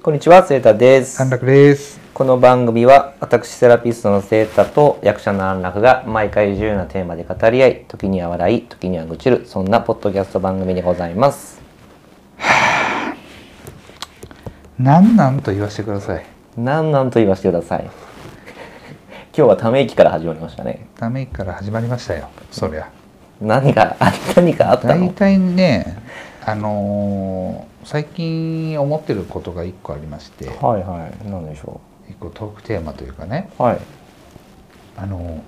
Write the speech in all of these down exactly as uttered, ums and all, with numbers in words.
こんにちは、セータです。 安楽です。 この番組は私セラピストのセータと役者の安楽が毎回自由なテーマで語り合い、時には笑い、時には愚痴る、そんなポッドキャスト番組でございます。 はぁ、なんなんと言わせてください。 なんなんと言わせてください。今日はため息から始まりましたね。 ため息から始まりましたよ。そりゃ。 何か何かあったの？ 大体ね、あのー、最近思ってることが一個ありまして。 はいはい。何でしょう。一個トークテーマというかね。 はい。 あのー、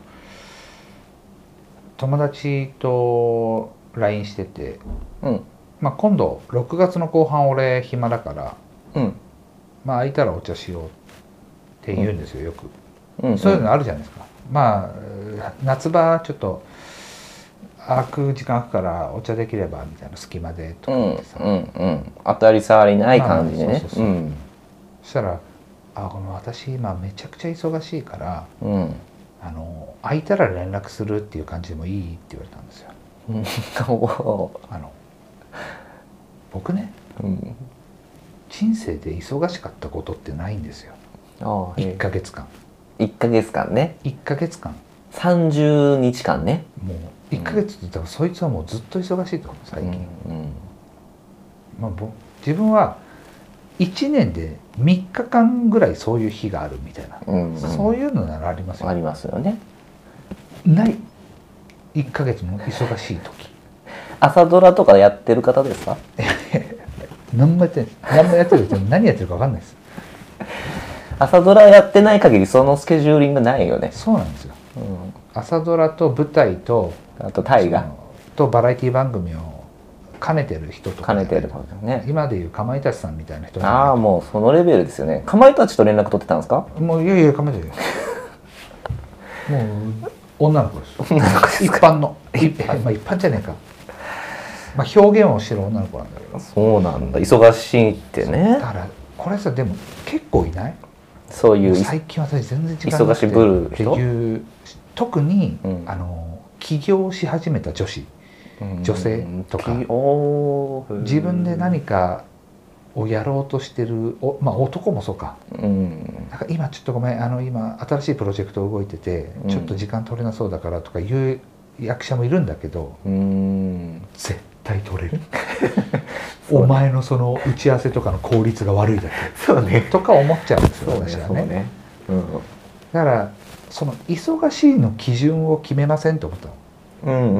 友達と ライン してて、 うん。 まあ今度ろくがつの後半俺暇だから、 うん。 まあ空いたらお茶しようって言うんですよ、よく。 うんうん、 そういうのあるじゃないですか。まあ夏場ちょっと空く時間空くからお茶できればみたいな隙間でとか言ってさ、 うんうんうん、当たり障りない感じでね。 そしたら「あこの私今めちゃくちゃ忙しいから、うん、あの空いたら連絡するっていう感じでもいい?」って言われたんですよ。あの僕ね、うん、人生で忙しかったことってないんですよ。あいっかげつかん。 いっかげつかんね。 いっかげつかん。 さんじゅうにちかんね。 もういっかげつって言ったら、そいつはもうずっと忙しいと思う最近。うんうん、まあ、自分はいちねんでみっかかんぐらいそういう日があるみたいな、うんうん、そういうのならありますよ。 ありますよね。 ないいっかげつの忙しい時。 朝ドラとかやってる方ですか？ 何もやってない何もやってるって何やってるか分かんないです。 朝ドラやってない限りそのスケジューリングないよね。 そうなんですよ、うん、朝ドラと舞台とあと大河とバラエティ番組を兼ねてる人とか、 兼ねてるね。 今でいうかまいたちさんみたいな人。 ああもうそのレベルですよね。かまいたちと連絡取ってたんですか？ もういやいやかまいたちもう女の子です。一般の一般、まあ、一般じゃねえか、まあ、表現をしてる女の子なんだけど。そうなんだ。 忙しいってね。 だからこれさでも結構いない？ そういう最近私全然時間なくて忙しぶる人っていう、特に、うん、あの起業し始めた女子、うん、女性とか、自分で何かをやろうとしてるお、まあ、男もそうか、うん、なんか今ちょっとごめんあの今新しいプロジェクト動いてて、うん、ちょっと時間取れなそうだからとかいう役者もいるんだけど、うん、絶対取れる。お前のその打ち合わせとかの効率が悪いだけそう、ね、とか思っちゃうんですよ、私はね。ね、うん、だからその忙しいの基準を決めませんと思ったの。うんうんうんうん。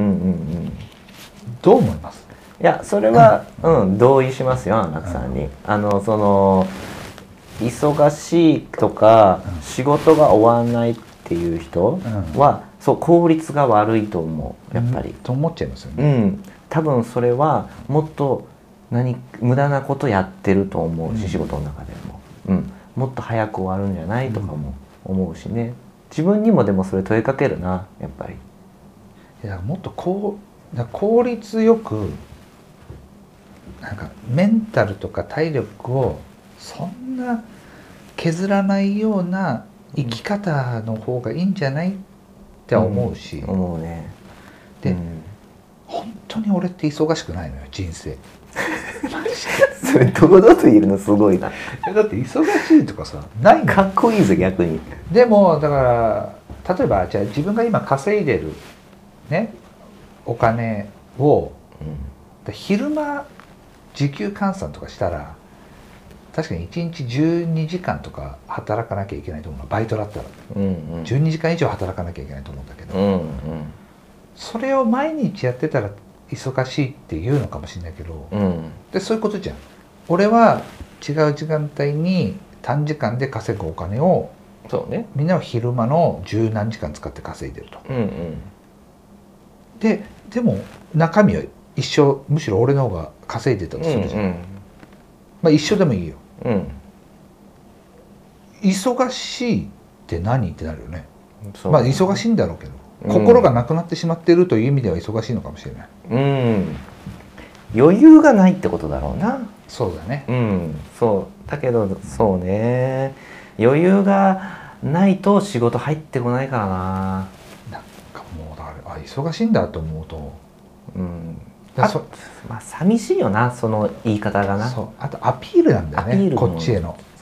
どう思います？ いやそれは、うん、うん、同意しますよ安楽さんに。うん、あのその忙しいとか、うん、仕事が終わらないっていう人は、うん、そう効率が悪いと思うやっぱり。うん、 と思っちゃいますよね。 うん、多分それはもっと何無駄なことやってると思うし、うん、仕事の中でも、うん、もっと早く終わるんじゃないとかも思うしね。自分にもでもそれ問いかけるなやっぱり。 いやもっとこう効率よくなんかメンタルとか体力をそんな削らないような生き方の方がいいんじゃないって思うし、 うん、思うね。 で、うん、本当に俺って忙しくないのよ人生。 それ堂々と言えるのすごいな。 だって忙しいとかさないの。 かっこいいぞ逆に。 でもだから例えばじゃあ自分が今稼いでるねお金を、うん、昼間時給換算とかしたら確かにいちにちじゅうにじかんとか働かなきゃいけないと思うの。バイトだったら、うんうん、じゅうにじかん以上働かなきゃいけないと思うんだけど、うんうん、それを毎日やってたら忙しいって言うのかもしれないけど、うん、でそういうことじゃん。俺は違う時間帯に短時間で稼ぐお金をそう、ね、みんなは昼間の十何時間使って稼いでると。うんうん、ででも中身は一緒、むしろ俺の方が稼いでたとするじゃん、うんうん、まあ一緒でもいいよ、うん、忙しいって何ってなるよね。まあ忙しいんだろうけど、うん、心がなくなってしまっているという意味では忙しいのかもしれない、 うん、余裕がないってことだろうな。 そうだね、 うん、そうだけどそうね余裕がないと仕事入ってこないからな。 なんかもうだからあ忙しいんだと思うと、うん、 あまあ寂しいよなその言い方がな。 そうあとアピールなんだよねこっちへの。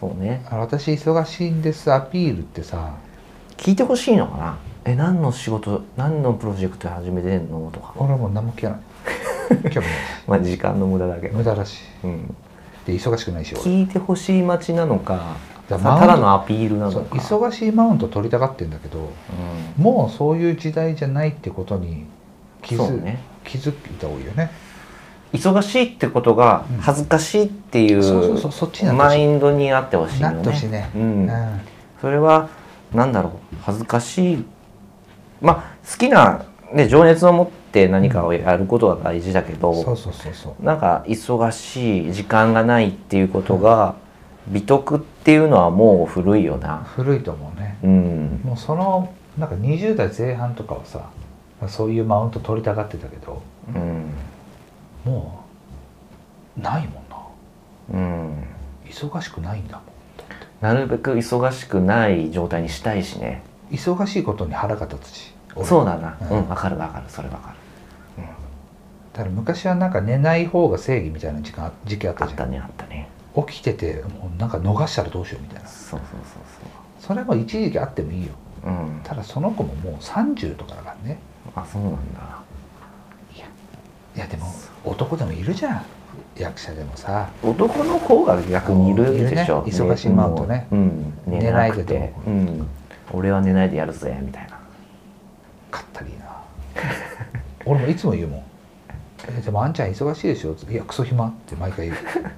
そうね。 あの私忙しいんですアピールってさ、 聞いてほしいのかな。え、何の仕事、何のプロジェクト始めてんのとか。 俺はもう何も聞かない興味ないまあ時間の無駄だけど。 無駄だし、 うん、 で忙しくないし俺聞いてほしい待ちなのか、 だただのアピールなのそうか。 忙しいマウント取りたがってんだけど、 うん、 もうそういう時代じゃないってことに気づ、 そうね、 気づいた方がいいよね。 忙しいってことが恥ずかしいっていうん、そうそうそうそっちになってほしいうマインドにあってほしいよね。 なってほしいね。 うんうんそれはなんだろう、恥ずかしい、まあ好きな、ね、情熱を持って何かをやることが大事だけど、 そうそうそうそうなんか忙しい時間がないっていうことが、美徳っていうのはもう古いよな。 古いと思うね。 うんもうそのなんかにじゅう代前半とかはさそういうマウント取りたがってたけど、 うんもうないもんな。 うん忙しくないんだもん。 なるべく忙しくない状態にしたいしね。 忙しいことに腹が立つし。 そうだな。 うんうん、わかるわかる、それわかる。 だから昔はなんか寝ない方が正義みたいな時間時期あったじゃん。 あったね、あったね。 起きててもうなんか逃したらどうしようみたいな。 そうそうそれも一時期あってもいいよ。 そうそう。うん。 ただその子ももうさんじゅうとかだからね。 あ、そうなんだ。 いやいやでも男でもいるじゃん、役者でもさ。 男の方が逆にいるでしょ。 いるね忙しいマウントね。 うん。寝寝なないくてでて。 うん。俺は寝ないでやるぜみたいな。 かったりいいな俺もいつも言うもん。えでもあんちゃん忙しいでしょ。いやクソ暇って毎回言う。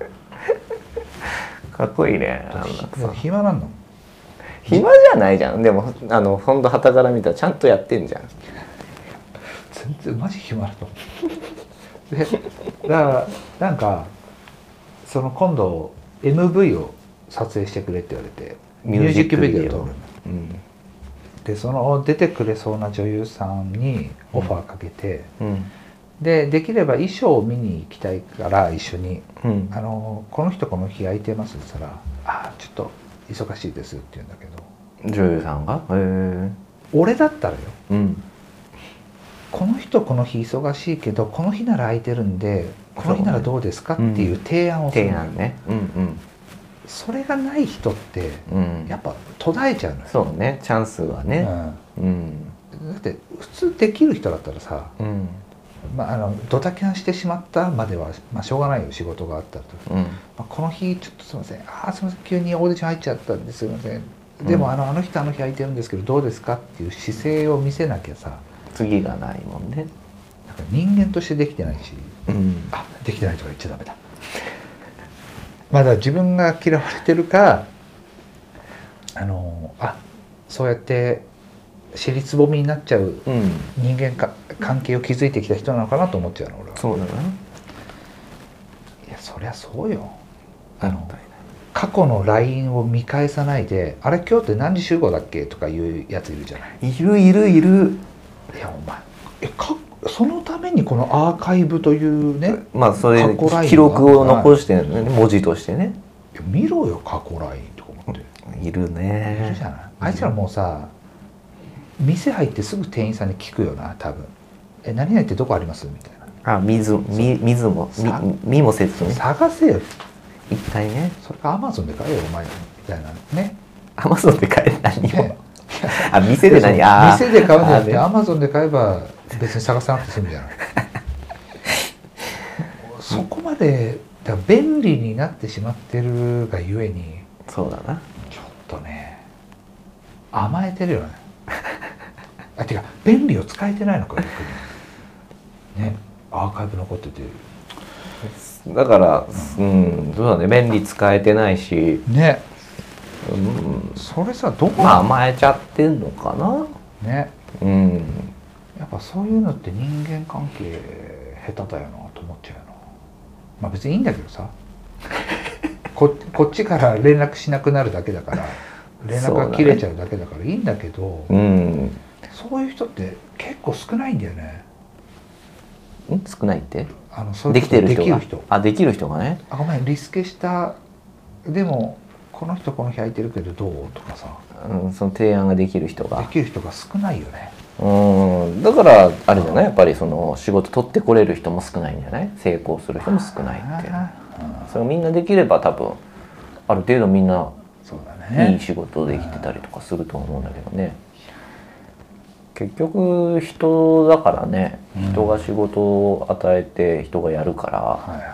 かっこいいね。あんなひさ暇なんの。 暇じゃないじゃん。でもあのほんと傍から見たらちゃんとやってんじゃん。 全然マジ暇だと思う。でだからなんかその今度 エムブイ を撮影してくれって言われてミュージックビデオを撮るの。 うんでその出てくれそうな女優さんにオファーかけて、 うんでできれば衣装を見に行きたいから一緒にうんあのこの人この日空いてますって言ったら「あちょっと忙しいです」って言うんだけど、 女優さんがへえ。 俺だったらよ、 うんこの人この日忙しいけどこの日なら空いてるんでこの日ならどうですかっていう提案をするの。 提案ね。うんそれがない人ってうんうん。 やっぱ途絶えちゃうのよ。 そうね、チャンスはね。うんうん、だって普通できる人だったらさ、 うんまあ、あのドタキャンしてしまったまでは、まあ、しょうがないよ仕事があったらと、 うんまあ、この日ちょっとすいませんあすいません急にオーディション入っちゃったんですすいませんでも、 うんあのあの人あの日空いてるんですけどどうですかっていう姿勢を見せなきゃさ次がないもんね。 なんか人間としてできてないし、 うんあできてないとか言っちゃダメだまあだから自分が嫌われてるかあのあそうやって尻つぼみになっちゃううん人間か関係を築いてきた人なのかなと思っちゃうの俺は。 そうだな。 いやそりゃそうよ。あのあったい過去の ライン を見返さないで「あれ今日って何時集合だっけ?」とかいうやついるじゃない。 ないるいるいる。 いやお前えかそのためにこのアーカイブというねまあそれ過去ラインが記録を残してるね、文字としてね。 いや見ろよ過去 ライン とか思っているいるねじゃない。あいつらもうさ店入ってすぐ店員さんに聞くよな多分「え何々ってどこあります?」みたいな。 あ、水み水もさみ見もせずね。 探せよ一体ね。 それかアマゾンで買えよお前みたいなね。 アマゾンで買え何をねあ、店で何あ店で買うんじゃなくてあアマゾンで買えば別に探さなくて済むじゃないそこまでだから便利になってしまってるがゆえにそうだな。 ちょっとね甘えてるよねあてか便利を使えてないのか逆にねアーカイブ残っててだからうんそうだね、便利使えてないし、 ねうんそれさどこまあ甘えちゃってんのかな。 ねうんやっぱそういうのって人間関係下手だよなと思っちゃうよな。まあ別にいいんだけどさこ, こっちから連絡しなくなるだけだから連絡が切れちゃうだけだからいいんだけどうん、 そういう人って結構少ないんだよね。 ん少ないってあのそういうできてる人ができる人あできる人がね。 あごめんリスケしたでもこの人この日空いてるけどどうとかさうん、その提案ができる人でがきる人が少ないよね。 うんだからあれじゃない、やっぱりその仕事取ってこれる人も少ないんじゃない、成功する人も少ないって。 あそれがみんなできれば多分ある程度みんなそうだね、 いい仕事できてたりとかすると思うんだけどね。結局人だからね、人が仕事を与えて人がやるから、 はいはい、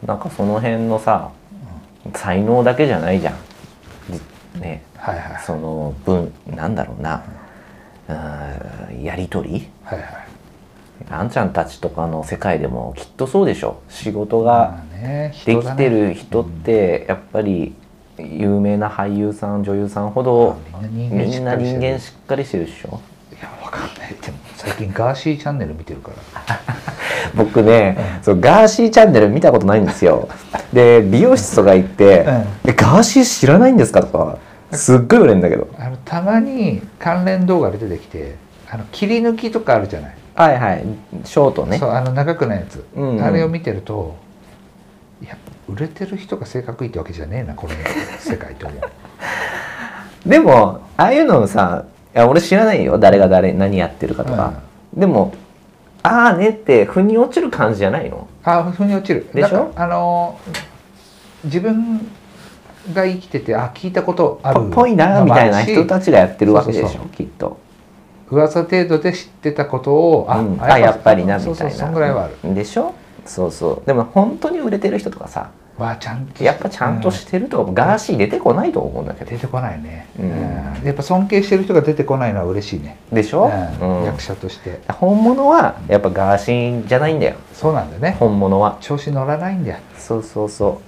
なんかその辺のさ、才能だけじゃないじゃん。ね、 はいはい、 その分なんだろうな、うん、やり取り、 はいはい、 あんちゃんたちとかの世界でもきっとそうでしょ。仕事ができてる人ってやっぱり有名な俳優さん女優さんほどみんな人間しっかりしてるでしょ。 いやわかんない。でも最近ガーシーチャンネル見てるから僕ね、うん、そうガーシーチャンネル見たことないんですよ。で美容室とか行って「うん、えガーシー知らないんですか?」とかすっごい言われるんだけど、 あのたまに関連動画で出てきて、あの切り抜きとかあるじゃない。 はいはい、ショートね。 そう、あの長くないやつ、うんうん、あれを見てると、いや売れてる人が性格いいってわけじゃねえなこの世界と思う。 でもああいうのさ、いや俺知らないよ、誰が誰何やってるかとか、うん、でもああねって腑に落ちる感じじゃないの？ ああ腑に落ちるでしょ。 あの自分が生きててあ聞いたことあるっぽいなみたいな人たちがやってるわけでしょ。そうそうそう、きっと噂程度で知ってたことをあ、 うん、あやっぱりなみたいな、 そうそうそんぐらいはあるでしょ。そうそう。でも本当に売れてる人とかさ、 わちゃんとやっぱちゃんとしてるとか、うん、ガーシー出てこないと思うんだけど。 出てこないね、 うん、 やっぱ尊敬してる人が出てこないのは嬉しいね。 でしょ、 うん、役者として。 本物はやっぱガーシーじゃないんだよ。 そうなんだよね、 本物は調子乗らないんだよ。 そうそうそう。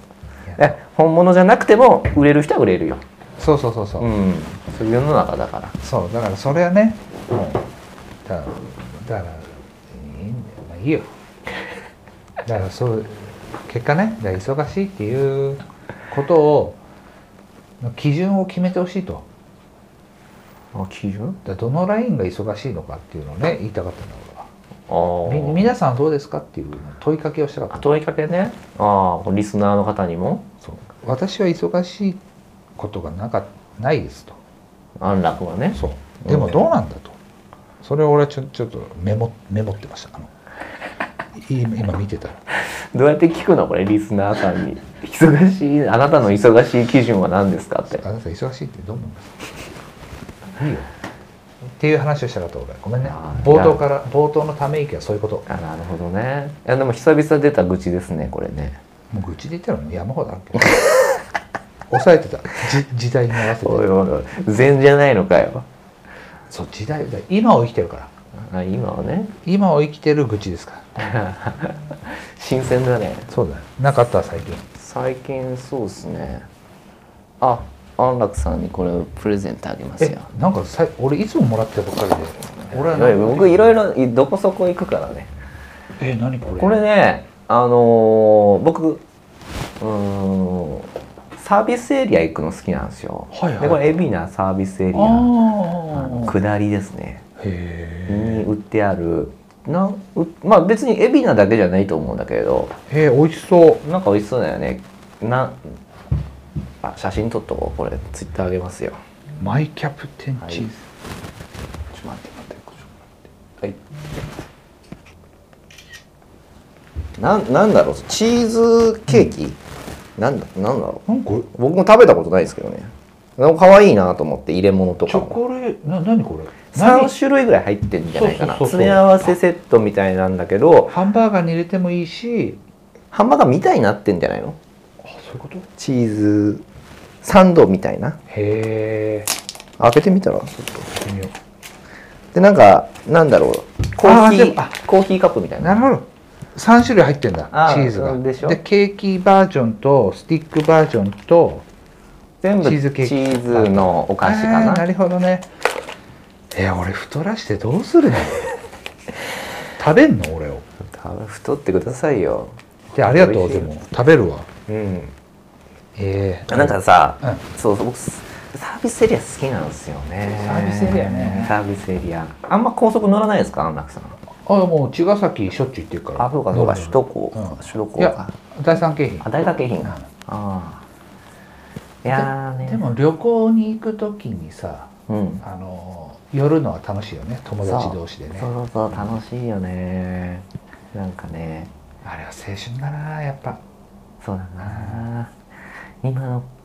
え本物じゃなくても売れる人は売れるよ。 そうそうそうそう、うん、 そういう世の中だから。 そうだからそれはね、うん、だからだからいいんだよ、まあいいよ。だからそう結果ね、だから忙しいっていうことを基準を決めてほしいと。 あ、基準？ だどのラインが忙しいのかっていうのをね言いたかったんだ俺は。あみ皆さんどうですかっていう問いかけをしたかった。 問いかけね。ああリスナーの方にも。 そう私は忙しいことがなかないですと。 安楽はね。 そうでもどうなんだと、それを俺はちょちょっとメモメモってました。あの今見てたらどうやって聞くのこれリスナーさんに。忙しいあなたの忙しい基準は何ですかって。あなた忙しいってどう思いますいいよっていう話をしたかった俺。ごめんね、冒頭から冒頭のため息はそういうこと。 あなるほどね。いやでも久々出た愚痴ですねこれね。 もう愚痴で言ったら山ほどあるけど抑えてた時代に合わせて。 おいおいおい禅じゃないのかよ。 そう時代だ今を生きてるから。 あ今はね。 今を生きてる愚痴ですから新鮮だね。 そうだよ。なかった最近。 最近そうですね。あ安楽さんにこれをプレゼントあげますよ。 えなんかさ俺いつももらってばっかりで。俺は僕いろいろどこそこ行くからね。 え何これ。 これねあのー、僕うーんサービスエリア行くの好きなんですよ。はいはい、でこれ海老名サービスエリア下りですね。へに売ってあるなうまあ別に海老名だけじゃないと思うんだけれど。 へえ美味しそう。 なんか美味しそうだよね。なあ写真撮っとこう。これツイッターあげますよ。 マイキャプテンチーズ、はい、ちょっと待って待ってはいななんだろうチーズケーキ、うん、なんだなんだろう。なんか僕も食べたことないですけどね。可愛いなと思って入れ物とか。 チョコレートな何これ。 さん種類ぐらい入ってるんじゃないかな。詰め合わせセットみたいなんだけどハンバーガーに入れてもいいしハンバーガーみたいになってんじゃないの。 あそういうこと。 チーズサンドみたいな。 へえ開けてみたらちょっと見よう。でなんかなんだろうコーヒーコーヒーカップみたいな。 なるほどさん種類入ってんだチーズが。でしょ。でケーキバージョンとスティックバージョンと全部チーズケーキチーズのお菓子かな。 なるほどね。えー、俺太らしてどうするの食べんの俺を。 太ってくださいよ。 でありがとう。でも食べるわ。うんえー、なんかさ、うん、そうそう僕サービスエリア好きなんですよね。 サービスエリアね。 サービスエリアあんま高速乗らないですか安楽さん。 あもう茅ヶ崎しょっちゅう行ってるから。 あそうかそうか首都高、うん、首都高か。いや第三京浜。 あ第三京浜、うん、ああいやで, でも旅行に行く時にさ、うん、あの寄るのは楽しいよね友達同士でね。 そうそうそう楽しいよね。なんかねあれは青春だなやっぱ。 そうだな、うん、今の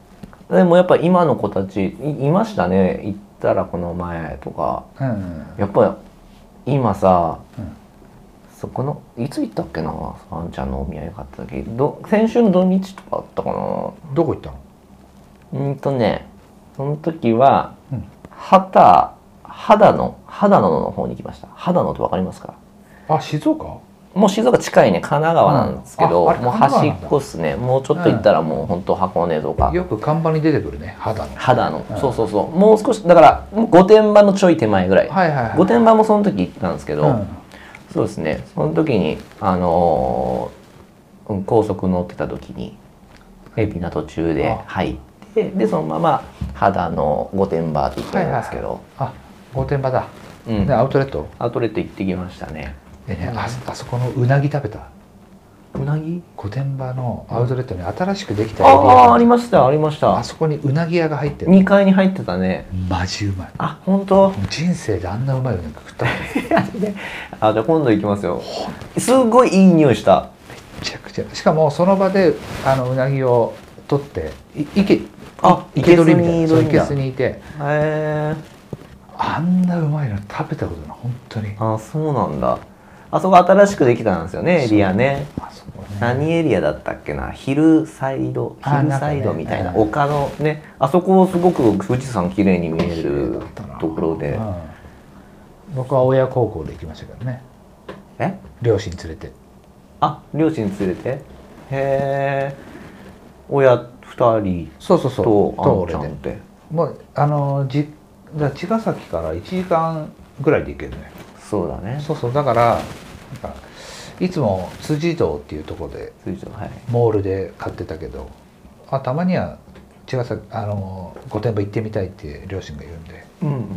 でもやっぱ今の子たち い, いましたね、行ったらこの前とか、 うんうん、 やっぱり今さ、 うん、 そこのいつ行ったっけな、あんちゃんのお土産買った時ど先週の土日とかあったかな。 どこ行ったの？ うんとねその時は、 うん、 肌肌野肌野の方に行きました。肌野ってわかりますか？ あ、静岡？ もう静岡近いね、神奈川なんですけど、 うん、ああれもう端っこっすね。もうちょっと行ったらもう本当箱根とか、 よく看板に出てくるね、肌の肌の、 うん、 そうそうそう、もう少しだから御殿場のちょい手前ぐらい、 はいはいはい、 御殿場もその時行ったんですけど、 うん、 そうですね、その時にあのー、高速乗ってた時に海老名途中で入ってでそのまま肌の御殿場って行ったんですけど、はいはいはい、 あ、御殿場だ、 うん、 でアウトレットアウトレット行ってきましたね。 でね、あ, あそこのうなぎ食べた？ うなぎ？ 御殿場のアウトレットに新しくできたエリアが、 ああ、ありましたありました。 あそこにうなぎ屋が入ってる。 にかいに入ってたね。 マジうまい。 あ、本当？ 人生であんなうまいうなぎ食ったことない。 あ、じゃあ今度行きますよ。すごいいい匂いした。 めちゃくちゃ。しかもその場であのうなぎを取ってい池あ池取りみたいな、そういけすにいて、へえ。 あんなうまいの食べたことない本当に。 あ、そうなんだ。あそこ新しくできたんですよね、エリアね。 あそこね、 何エリアだったっけな、ヒルサイドヒルサイドみたいな、丘のね、あそこすごく富士山綺麗に見えるところで、うん、 僕は親孝行で行きましたけどね。 え、 両親連れて。 あ、両親連れて、へえ、親ふたりそうそうそうとあんちゃんって、 もうあのじだ茅ヶ崎からいちじかんぐらいで行けるね。 そうだね。 そうそう、だからなんかいつも辻堂っていうところでモールで買ってたけど、あ、たまには茅ヶ崎あの御殿場行ってみたいって両親が言うんで、うんうんうん、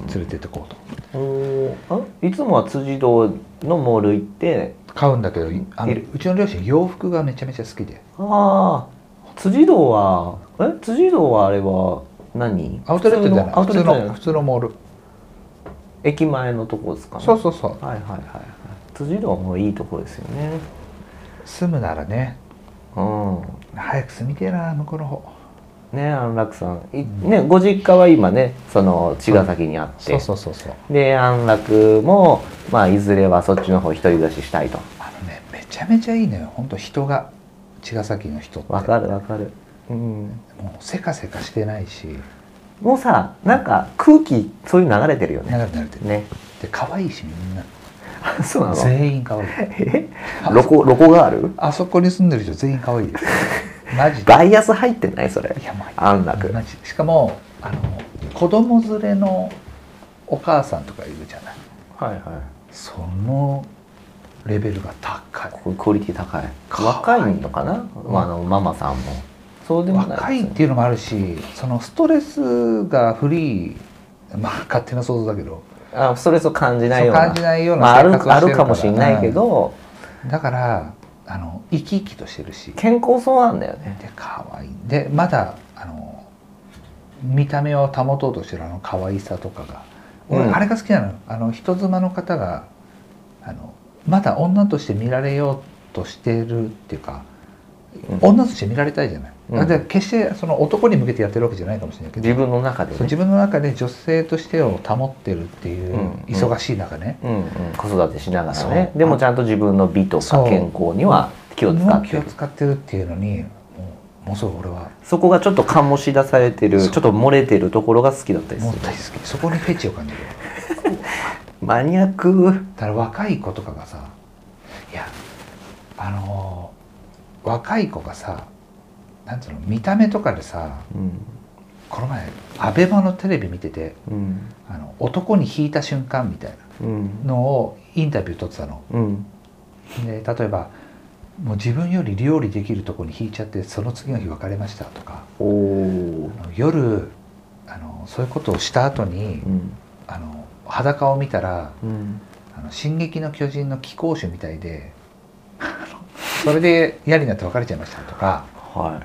連れてってこうと。 おあ、いつもは辻堂のモール行って買うんだけど、あのうちの両親洋服がめちゃめちゃ好きで。 ああ、辻堂はえ辻堂はあれは何？ アウトレットじゃない、 アウトレットじゃない、 普通のモール、 駅前のとこですかね。 そうそうそう、 はいはいはいはい。辻堂もいいとこですよね。 住むならね、 うん、 早く住みてえな、向こうの方ね。安楽さん、ね、ご実家は今ねその茅ヶ崎にあって、 そうそうそうそう、 で安楽もまあいずれはそっちの方一人暮らししたいと。 あのね、めちゃめちゃいいのよ本当、人が茅ヶ崎の人ってわかるわかる、うん、 もうせかせかしてないし、 もうさ、なんか空気そういう流れてるよね。 流れてるてね。で可愛いしみんな。 そうなの？ 全員可愛い。 え？ロコロコがある？ あそこに住んでる人全員可愛いです。マジで。 バイアス入ってないそれ？ いや、まあ、安楽。 マジ。しかもあの子供連れのお母さんとかいるじゃない。 はいはい。 そのレベルが高い。 クオリティ高い。若いのかな？まあ、あのママさんも。そうでもないですね。 若いっていうのもあるし、そのストレスがフリー、まあ勝手な想像だけど、 あ、ストレスを感じないような、 感じないような生活をしてるから、 まあ、ある、あるかもしれないけど、 うん、だからあの生き生きとしてるし健康そうなんだよね。 で可愛いで、まだあの見た目を保とうとしてるあの可愛さとかが、俺、うん、あれが好きなの。あの人妻の方があのまだ女として見られようとしてるっていうか、うん、女として見られたいじゃない、うん、で決してその男に向けてやってるわけじゃないかもしれないけど、 自分の中で、ね、 自分の中で女性としてを保ってるっていう忙しい中ね、 うんうんうん、子育てしながらね、でもちゃんと自分の美とか健康には気を使ってる気を使ってるっていうのに、もう、もうすごい俺はそこがちょっと醸し出されてる、ちょっと漏れてるところが好きだったりする。 もう大好き。そこにフェチを感じる。 マニアック。 だから若い子とかがさ、いやあのー、若い子がさ、なんていうの、見た目とかでさ、うん、この前アベマのテレビ見てて、うん、あの男に引いた瞬間みたいなのをインタビュー撮ってたの、うん、で例えばもう自分より料理できるとこに引いちゃってその次の日別れましたとか、おあの夜あのそういうことをした後に、うん、あの裸を見たら、うん、あの進撃の巨人の貴公子みたいでそれで嫌になって別れちゃいましたとか、はい、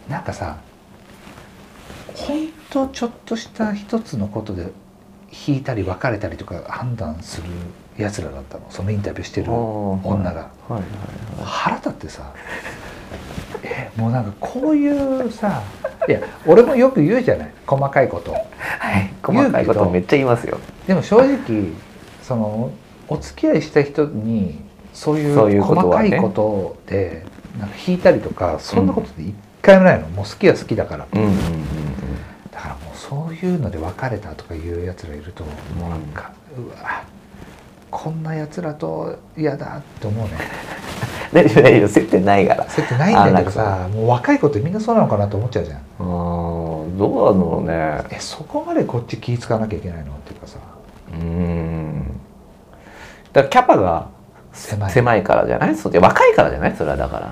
なんかさ、ほんとちょっとした一つのことで引いたり別れたりとか判断するやつらだったの、そのインタビューしてる女が。はいはいはい、腹立ってさえもうなんかこういうさいや俺もよく言うじゃない、細かいこと、 はい、細かいことめっちゃ言いますよ。 でも正直そのお付き合いした人にそういう細かいことでなんか引いたりとか、そんなことで一回もないの、もう好きは好きだから、うんうんうんうん、だからもうそういうので別れたとかいうやつらいるともうなんか、うわこんなやつらと嫌だって思うね。 大丈夫大丈夫、接点ないから。 接点ないんだけどさ、もう若い子ってみんなそうなのかなと思っちゃうじゃん。ああ、 どうなのね。 え、そこまでこっち気使わなきゃいけないのっていうかさ。 うーん。だからキャパが狭い、狭いからじゃない？そうで若いからじゃない？それはだから。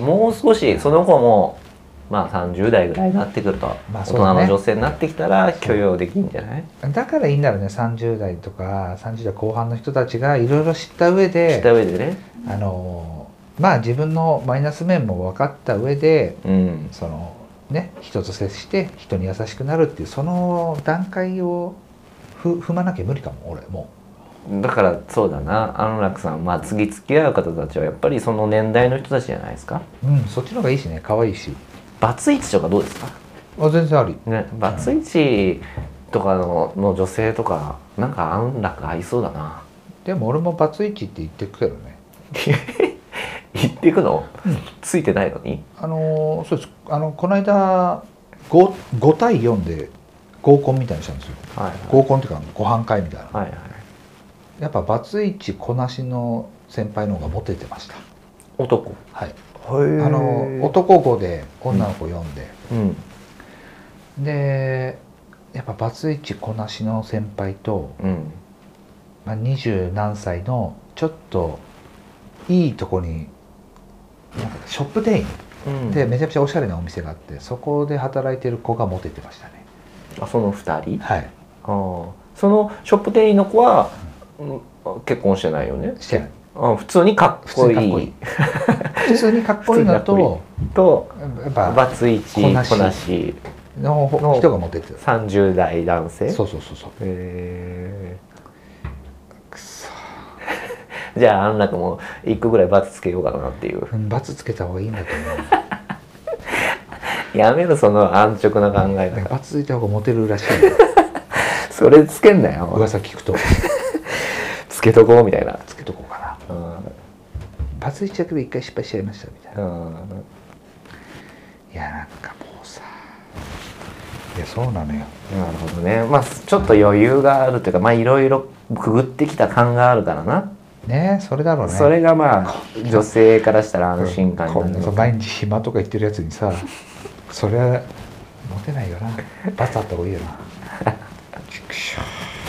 もう少しその子もまあさんじゅう代ぐらいになってくると、まあそうだね、大人の女性になってきたら許容できるんじゃない？ だからいいんだろうね、さんじゅう代とかさんじゅう代後半の人たちがいろいろ知った上で、 知った上でね、 あのまあ自分のマイナス面も分かった上で、うん、そのね、人と接して人に優しくなるっていうその段階をふ踏まなきゃ無理かも俺もう。だからそうだな、安楽さん、まあ次付き合う方たちはやっぱりその年代の人たちじゃないですか。 うん、そっちの方がいいしね、可愛いし。 バツイチとかどうですか？ あ、全然あり、 ね、バツイチとか の, の女性とかなんか安楽合いそうだな。 でも俺もバツイチって言ってくけどね。 言ってくの、うん、ついてないのに。 あのそうです、あのこの間 5, 5対よんで合コンみたいにしたんですよ、はいはい、合コンっていうかご飯会みたいな、はいはい、やっぱバツイチこなしの先輩の方がモテてました。 男？ はい、あの男ごで女の子よんで、うんうん、でやっぱバツイチこなしの先輩と、うんまあ、にじゅう何歳のちょっといいとこになんかショップ店員、うん、でめちゃくちゃおしゃれなお店があって、そこで働いてる子がモテてましたね。 あ、そのふたり？はい。あ、 そのショップ店員の子は、うん、結婚してないよね？ してない。 あ、普通にかっこいい。 普通にかっこいいのととやっぱバツイチこなしの人がモテてる。 さんじゅう代男性。 そうそうそうそう。 へえ。くそ。じゃあ安楽もいっこぐらいバツつけようかなっていう。 バツつけた方がいいんだと思う。やめろその安直な考え方。 バツついた方がモテるらしい。 それつけんなよ。 噂聞くと。 つけとこうみたいな。 つけとこうかな。うん、バツイチだけで一回失敗しちゃいましたみたいな。うん、いやなんかもうさ、いやそうなのよ。 なるほどね。まあちょっと余裕があるというか、まあいろいろくぐってきた感があるからな。 ね、それだろうね。 それがまあ女性からしたら安心感になる。 こんな毎日暇とか言ってるやつにさ、それはモテないよな。バツあった方がいいよな。畜生。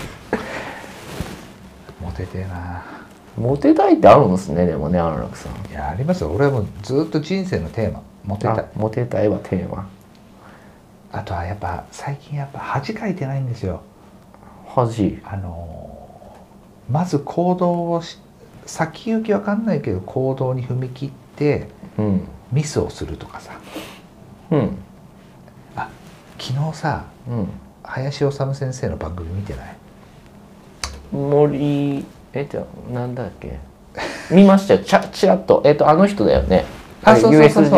モテてえな。 モテたいってあるんですね。でもね、安楽さん。 いやありますよ。俺はもうずっと人生のテーマ、モテたい。 モテたいはテーマ。 あとはやっぱ最近やっぱ恥かいてないんですよ。 恥？ あのまず行動をし先行きわかんないけど行動に踏み切って、うん、ミスをするとかさ。うん。あ、昨日さ、うん、林修先生の番組見てない？ 森えじゃあなんだっけ見ましたよ。ちゃちらっとえっ、ー、とあの人だよね。 あ、そうそうそうそう。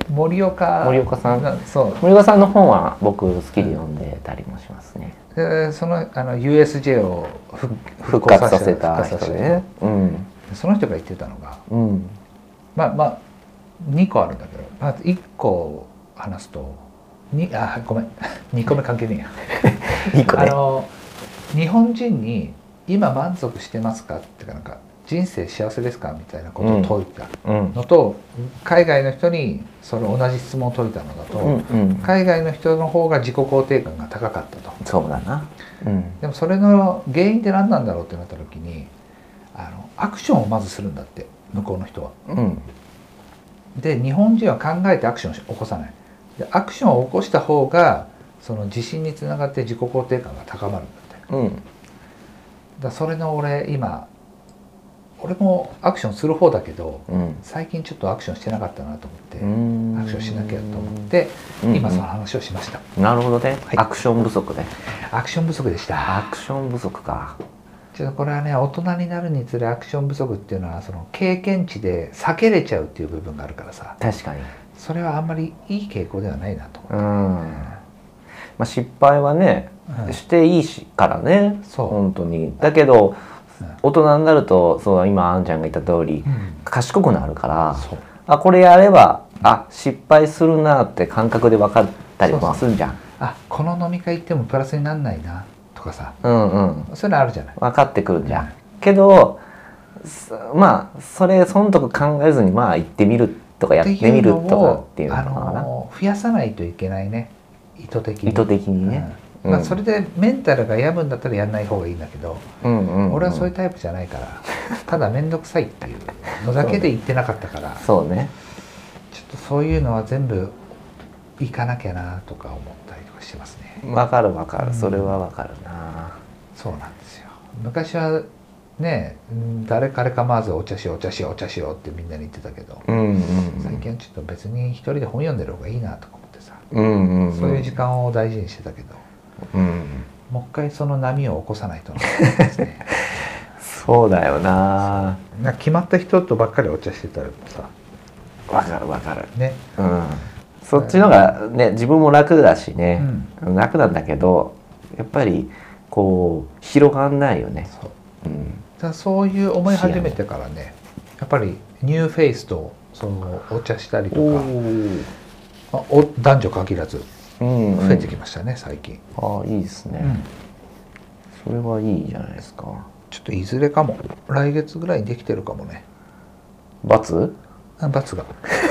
森岡森岡さん。そう森岡さんの本は僕好きで読んでたりもしますね。 でそのあの ユーエスジェー を復復活させた人でね。うん。 その人が言ってたのが、うん、まあまあにこあるんだけど、まずいっこ話すとにあごめんにこめ関係ねえや。にこね。あの日本人に今満足してますかってかなんか人生幸せですかみたいなことを問いたのと、うん、海外の人にその同じ質問を問いたのだと、うんうん、海外の人の方が自己肯定感が高かったと。 そうだな、 うん、でもそれの原因って何なんだろうってなった時にあのアクションをまずするんだって向こうの人は。うん、で日本人は考えてアクションを起こさない。でアクションを起こした方がその自信につながって自己肯定感が高まるんだって。うん、だそれの俺今俺もアクションする方だけど、うん、最近ちょっとアクションしてなかったなと思ってアクションしなきゃと思って今その話をしました。 なるほどね、はい、アクション不足ね。 アクション不足でした。 アクション不足か。 ちょっとこれはね大人になるにつれアクション不足っていうのはその経験値で避けれちゃうっていう部分があるからさ。 確かにそれはあんまりいい傾向ではないなと思って、 うんまあ、失敗はね、 うん、 していいしからねそう本当に。だけど、 うん、 大人になるとそう今あんちゃんが言った通り、 うん、 賢くなるからそうあこれやればあ失敗するなって感覚で分かったりもするんじゃん。 あこの飲み会行ってもプラスになんないなとかさ、 うんうんそういうのあるじゃない。 分かってくるんじゃん、うん、けどまあそれ損得考えずにまあ行ってみるとかやってみるとかっていうのかな、 あの増やさないといけないね、意図的に意図的にね、 うん、まあ、それでメンタルが病むんだったらやんない方がいいんだけど、 うんうんうん、 俺はそういうタイプじゃないからただ面倒くさいっていうのだけで言ってなかったからそうね、 ちょっとそういうのは全部行かなきゃなとか思ったりとかしてますね。 わかるわかる、それはわかるな。 そうなんですよ。昔はね、誰彼構わずお茶しようお茶しようお茶しようってみんなに言ってたけど、 うんうんうん、 最近はちょっと別に一人で本読んでる方がいいなとか思ってさ、 うんうんうん、 そういう時間を大事にしてたけど、 うん、 もう一回その波を起こさないとなですねそうだよな。 なんか決まった人とばっかりお茶してたらさ、 わかるわかるね、 うん、そっちのがね自分も楽だしね、 うん、 楽なんだけどやっぱりこう広がんないよね。 そう、 うん、 だからそういう思い始めてからね、やっぱりニューフェイスとそのお茶したりとか、まあ、お男女限らず増えてきましたね、うんうん、最近。 ああいいですね、うん、それはいいじゃないですか。 ちょっといずれかも来月ぐらいにできてるかもね。 ×？ バツが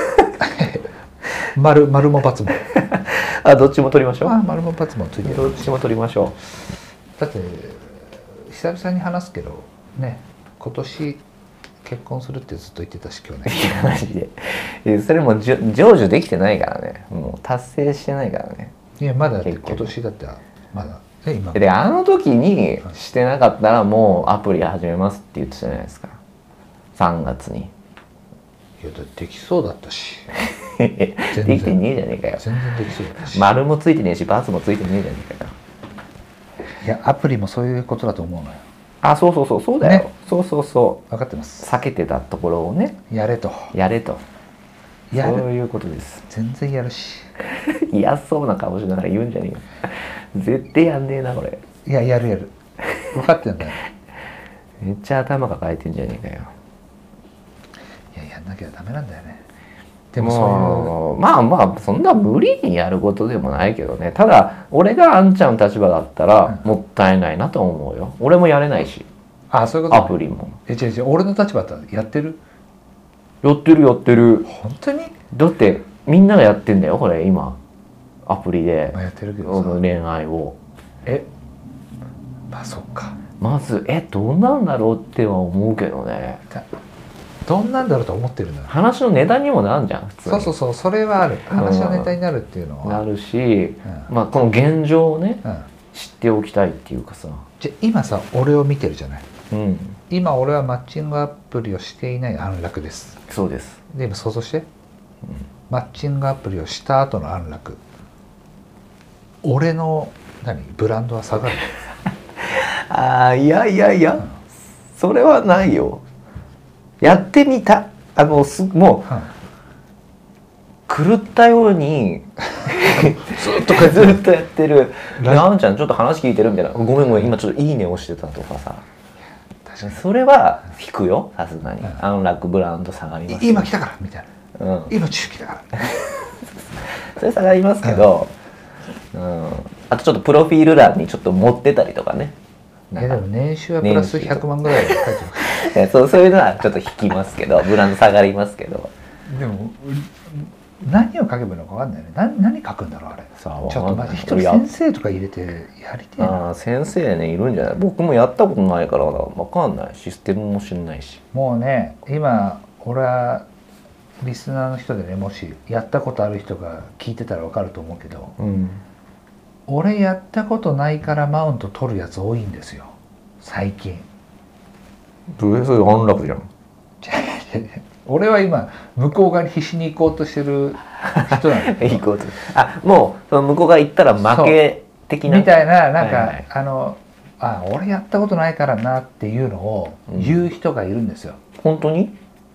丸丸もバツもあどっちも取りましょう。 あ丸もバツもついてる。 どっちも取りましょう。だって久々に話すけどね、今年結婚するってずっと言ってたし今日ね。 いやマジでそれも成就できてないからね、もう達成してないからね。 いやまだだって今年だってまだね今であの時にしてなかったらもうアプリ始めますって言ってたじゃないですか、さんがつに。 いやだってできそうだったしできてねえじゃねえかよ。 全然できそうだったし、 丸もついてねえしバツもついてねえじゃねえかよ。 いやアプリもそういうことだと思うのよ。 あそうそうそうそうだよ、 ね、 そうそうそう、 分かってます。 避けてたところをねやれとやれとやる、 そういうことです。 全然やるし嫌そうな顔しながら言うんじゃねえよ絶対やんねえなこれ。 いややるやる分かってんだよめっちゃ頭抱えてんじゃねえかよ。 いややんなきゃダメなんだよね。でもそういうまあまあそんな無理にやることでもないけどね。ただ俺があんちゃんの立場だったらもったいないなと思うよ。俺もやれないし。 あそういうこと、ね、 アプリも。 え違う違う俺の立場だったらやってる？ やってるやってる。 本当に？ だってみんながやってんだよこれ今アプリで、 まあ、やってるけどさ恋愛を。 えまあそっか。 まずえどうなんだろうっては思うけどね。 どんなんだろうと思ってるのよ。 話のネタにもなるじゃん普通に。 そうそうそうそれはある。話のネタになるっていうのは、 なるし、 うん、 まあこの現状をね、 うん、 知っておきたいっていうかさ。 じゃ今さ俺を見てるじゃない、 うん、 今俺はマッチングアプリをしていない安楽です。 そうです。 で今想像して、 うん、 マッチングアプリをした後の安楽、俺の何ブランドは下がるああいやいやいや、うん、それはないよ。やってみたあのすもう、うん、狂ったようにずっとずっとやってるであんちゃんちょっと話聞いてるみたいな、ごめんごめん今ちょっといいね押してたとかさ、それは引くよさすがに、うん、安楽ブランド下がります、 今来たからみたいな、うん、今中来たからそれ下がりますけど、うんうん、あとちょっとプロフィール欄にちょっと持ってたりとかね。 いやでも年収はプラスひゃくまんぐらいで書いてるそうそういうのはちょっと引きますけどブランド下がりますけど、 でも何を書けばいいのか分かんないね。何何書くんだろうあれ。さあちょっと待って一人先生とか入れてやりてえな。 あ先生ねいるんじゃない。僕もやったことないから分かんない。システムも知んないし。 もうね今俺はリスナーの人でね、もしやったことある人が聞いてたら分かると思うけど、うん、俺やったことないからマウント取るやつ多いんですよ最近。 どういうそういう安楽じゃん俺は今向こう側に必死に行こうとしてる人なんだけど行こうとあもうその向こう側行ったら負け的なみたいななんか、はいはい、あのあ俺やったことないからなっていうのを言う人がいるんですよ、 うん、本当に？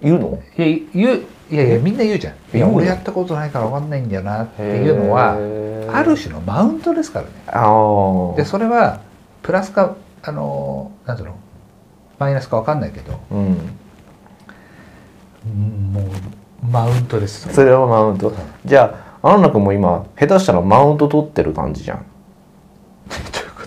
言うの？ いや言ういやいやみんな言うじゃん。いや俺やったことないから分かんないんだよなっていうのはある種のマウントですからね。 あでそれはプラスかあのなんていうのマイナスか分かんないけど、 うん、 もうマウントです。 それはマウント。じゃあ安楽君も今下手したらマウント取ってる感じじゃん。 どういうこと？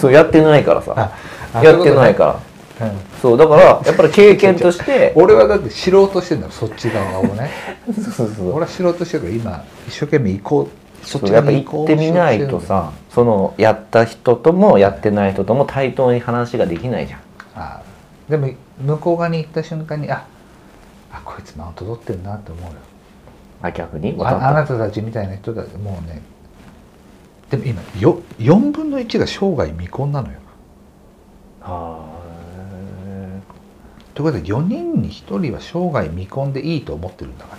そうやってないからさ、やってないから。 うん、 そうだからやっぱり経験として俺はだって知ろうとしてんだよそっち側をねそうそうそう、 俺は知ろうとしてるから今一生懸命行こうそっちやっぱ側に行こう行ってみないとさ、そのやった人ともやってない人とも対等に話ができないじゃん。 あでも向こう側に行った瞬間にああこいつマウント取ってるなって思うよ。 あ逆にあ, あなたたちみたいな人だもうねでも今よよんぶんのいちが生涯未婚なのよ。 はあ。 ということでよにんにひとりは生涯未婚でいいと思ってるんだから。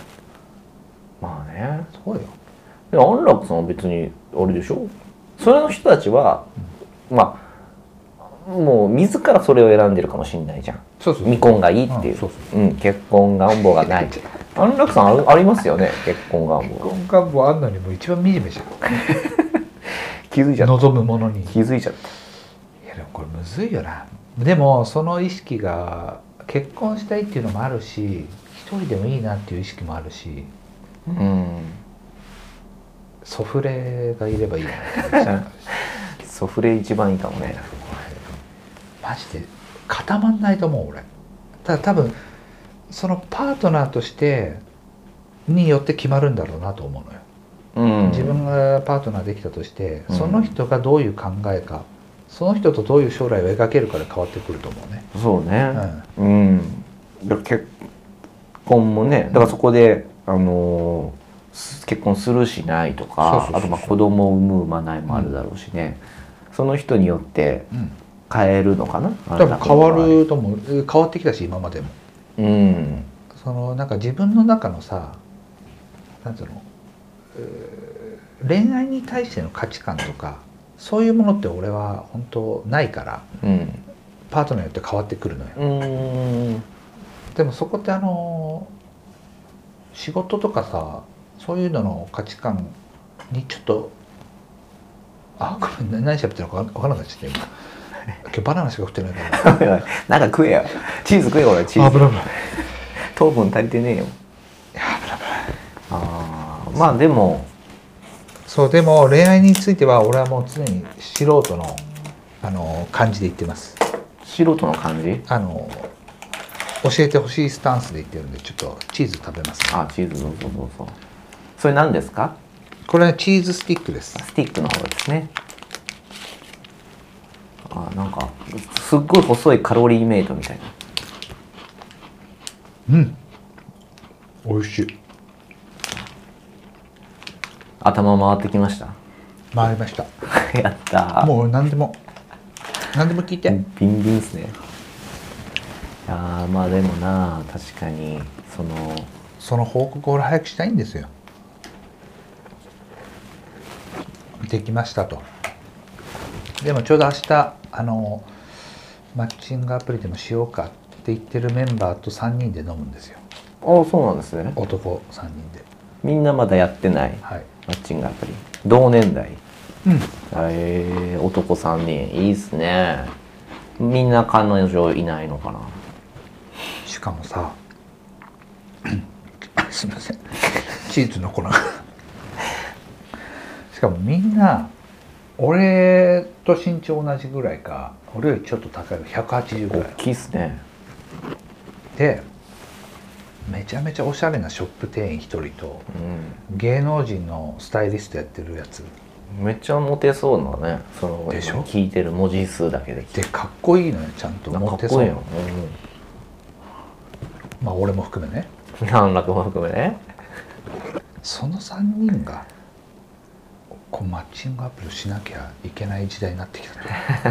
まあね。 そうよ。 で安楽さんは別にあれでしょ、それの人たちは、うん、まあもう自らそれを選んでるかもしれないじゃん。 そうそうそう、 未婚がいいっていう、うん、そうそう、うん、結婚願望がない安楽さんあるありますよね結婚願望。 結婚願望あんのにもう一番惨めじゃん気づいちゃった。 望むものに気づいちゃった。 いやでもこれむずいよな。でもその意識が結婚したいっていうのもあるし一人でもいいなっていう意識もあるし、 うん、 ソフレがいればいいなソフレ一番いいかもね。 マジで固まんないと思う俺。ただ多分そのパートナーとしてによって決まるんだろうなと思うのよ、うん、自分がパートナーできたとしてその人がどういう考えか、その人とどういう将来を描けるかで変わってくると思うね。 そうね。うん。うん、だから結婚もね、だからそこで、あのー、結婚するしないとか、あとまあ子供を産む産まないもあるだろうしね。うん、その人によって変えるのかな。 多分変わると思う。変わってきたし今までも。うん。そのなんか自分の中のさ、なんていうの、えー、恋愛に対しての価値観とか。そういうものって俺は本当ないから、うん、パートナーによって変わってくるのよ。うんでもそこってあの仕事とかさそういうのの価値観にちょっとあこれ何しゃべってるのか分からなくなっちゃった今今日バナナしか食ってないからなんか食えよチーズ食えよ俺チーズ。危ない糖分足りてねえよ。 いや危ない危ない。 あまあでもそうでも恋愛については俺はもう常に素人のあの感じで言ってます。 素人の感じ？ あの教えてほしいスタンスで言ってるんでちょっとチーズ食べます。 あチーズどうぞどうぞ。それ何ですか？ これはチーズスティックです。 スティックの方ですね。あなんかすっごい細いカロリーメイトみたいな。うん美味しい。 頭回ってきました。 回りましたやったもう何でも何でも聞いて。 ビンビンですね。あまあでもな確かにそのその報告を俺早くしたいんですよ。できましたと。でもちょうど明日あのマッチングアプリでもしようかって言ってるメンバーとさんにんで飲むんですよ。 ああそうなんですね。 男さんにんで。 みんなまだやってない、はい、マッチングアプリ同年代。うんえー、男さんにんいいっすね。みんな彼女いないのかな。 しかもさすみませんチーズの粉がしかもみんな俺と身長同じぐらいか俺よりちょっと高いのひゃくはちじゅうぐらい。 大きいっすね。 でめちゃめちゃおしゃれなショップ店員ひとりと、うん、芸能人のスタイリストやってるやつめっちゃモテそうなね。そのでしょ聞いてる文字数だけででかっこいいのよちゃんとモテそう。かっこいいよ、うん、まあ俺も含めね安楽も含めねそのさんにんがこうマッチングアプリをしなきゃいけない時代になってきたと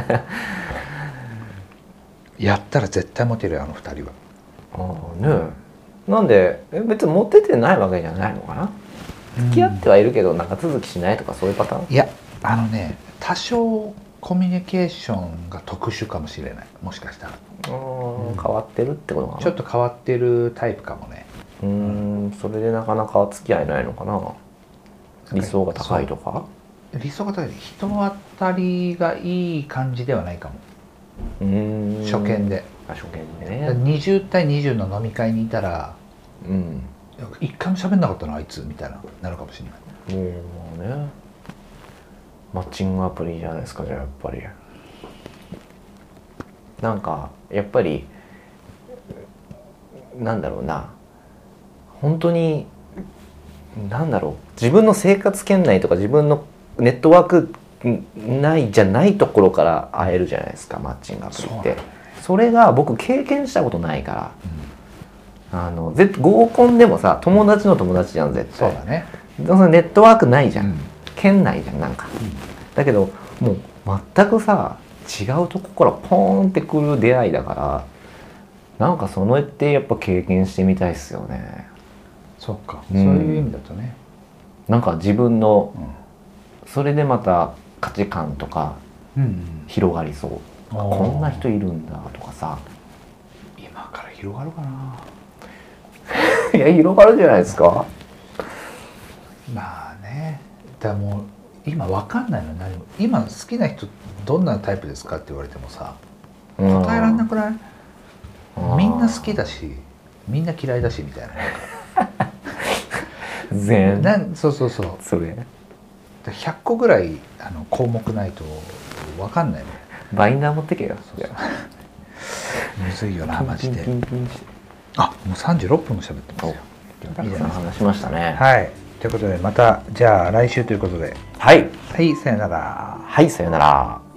やったら絶対モテるよあのふたりは。 ああねえなんでえ別にモテてないわけじゃないのかな。付き合ってはいるけど長続きしないとかそういうパターン。 いやあのね多少コミュニケーションが特殊かもしれないもしかしたら。 うん、変わってるってことかな。 ちょっと変わってるタイプかもね。 うーん、それでなかなか付き合えないのかな。理想が高いとか。 理想が高い、人当たりがいい感じではないかも。 うーん、 初見で。 あ、初見でね。 にじゅう対にじゅうの飲み会にいたら、 うん、 一回も喋んなかったのあいつみたいななるかもしれない。 もうね、マッチングアプリじゃないですか。じゃあやっぱりなんかやっぱりなんだろうな、本当になんだろう、自分の生活圏内とか自分のネットワーク内じゃないところから会えるじゃないですか、マッチングアプリって。それが僕経験したことないから、うん、あの絶合コンでもさ、友達の友達じゃん絶対。 そうだね。 そのネットワークないじゃん、うん、県内じゃんなんか、 うん、 だけどもう全くさ違うとこからポーンってくる出会いだから、なんかそのってやっぱ経験してみたいっすよね。 そっか、うん、そういう意味だとね、 なんか自分の、うん、それでまた価値観とか広がりそう、うんうん、こんな人いるんだとかさ。 今から広がるかな。 いや広がるじゃないですか。 まあね、だからもう今わかんないの何も。今好きな人どんなタイプですかって言われてもさ答えられなくない？みんな好きだしみんな嫌いだしみたいな。 全然そうそうそう。 それひゃっこぐらいあの項目ないとわかんないもん。 バインダー持ってけよ。 そうそうむずいよなマジで。あ、もうさんじゅうろっぷんも喋ってますよ。 たくさん話しましたね。 はい、ということでまたじゃあ来週ということで。 はいはい、さよなら。 はい、さよなら。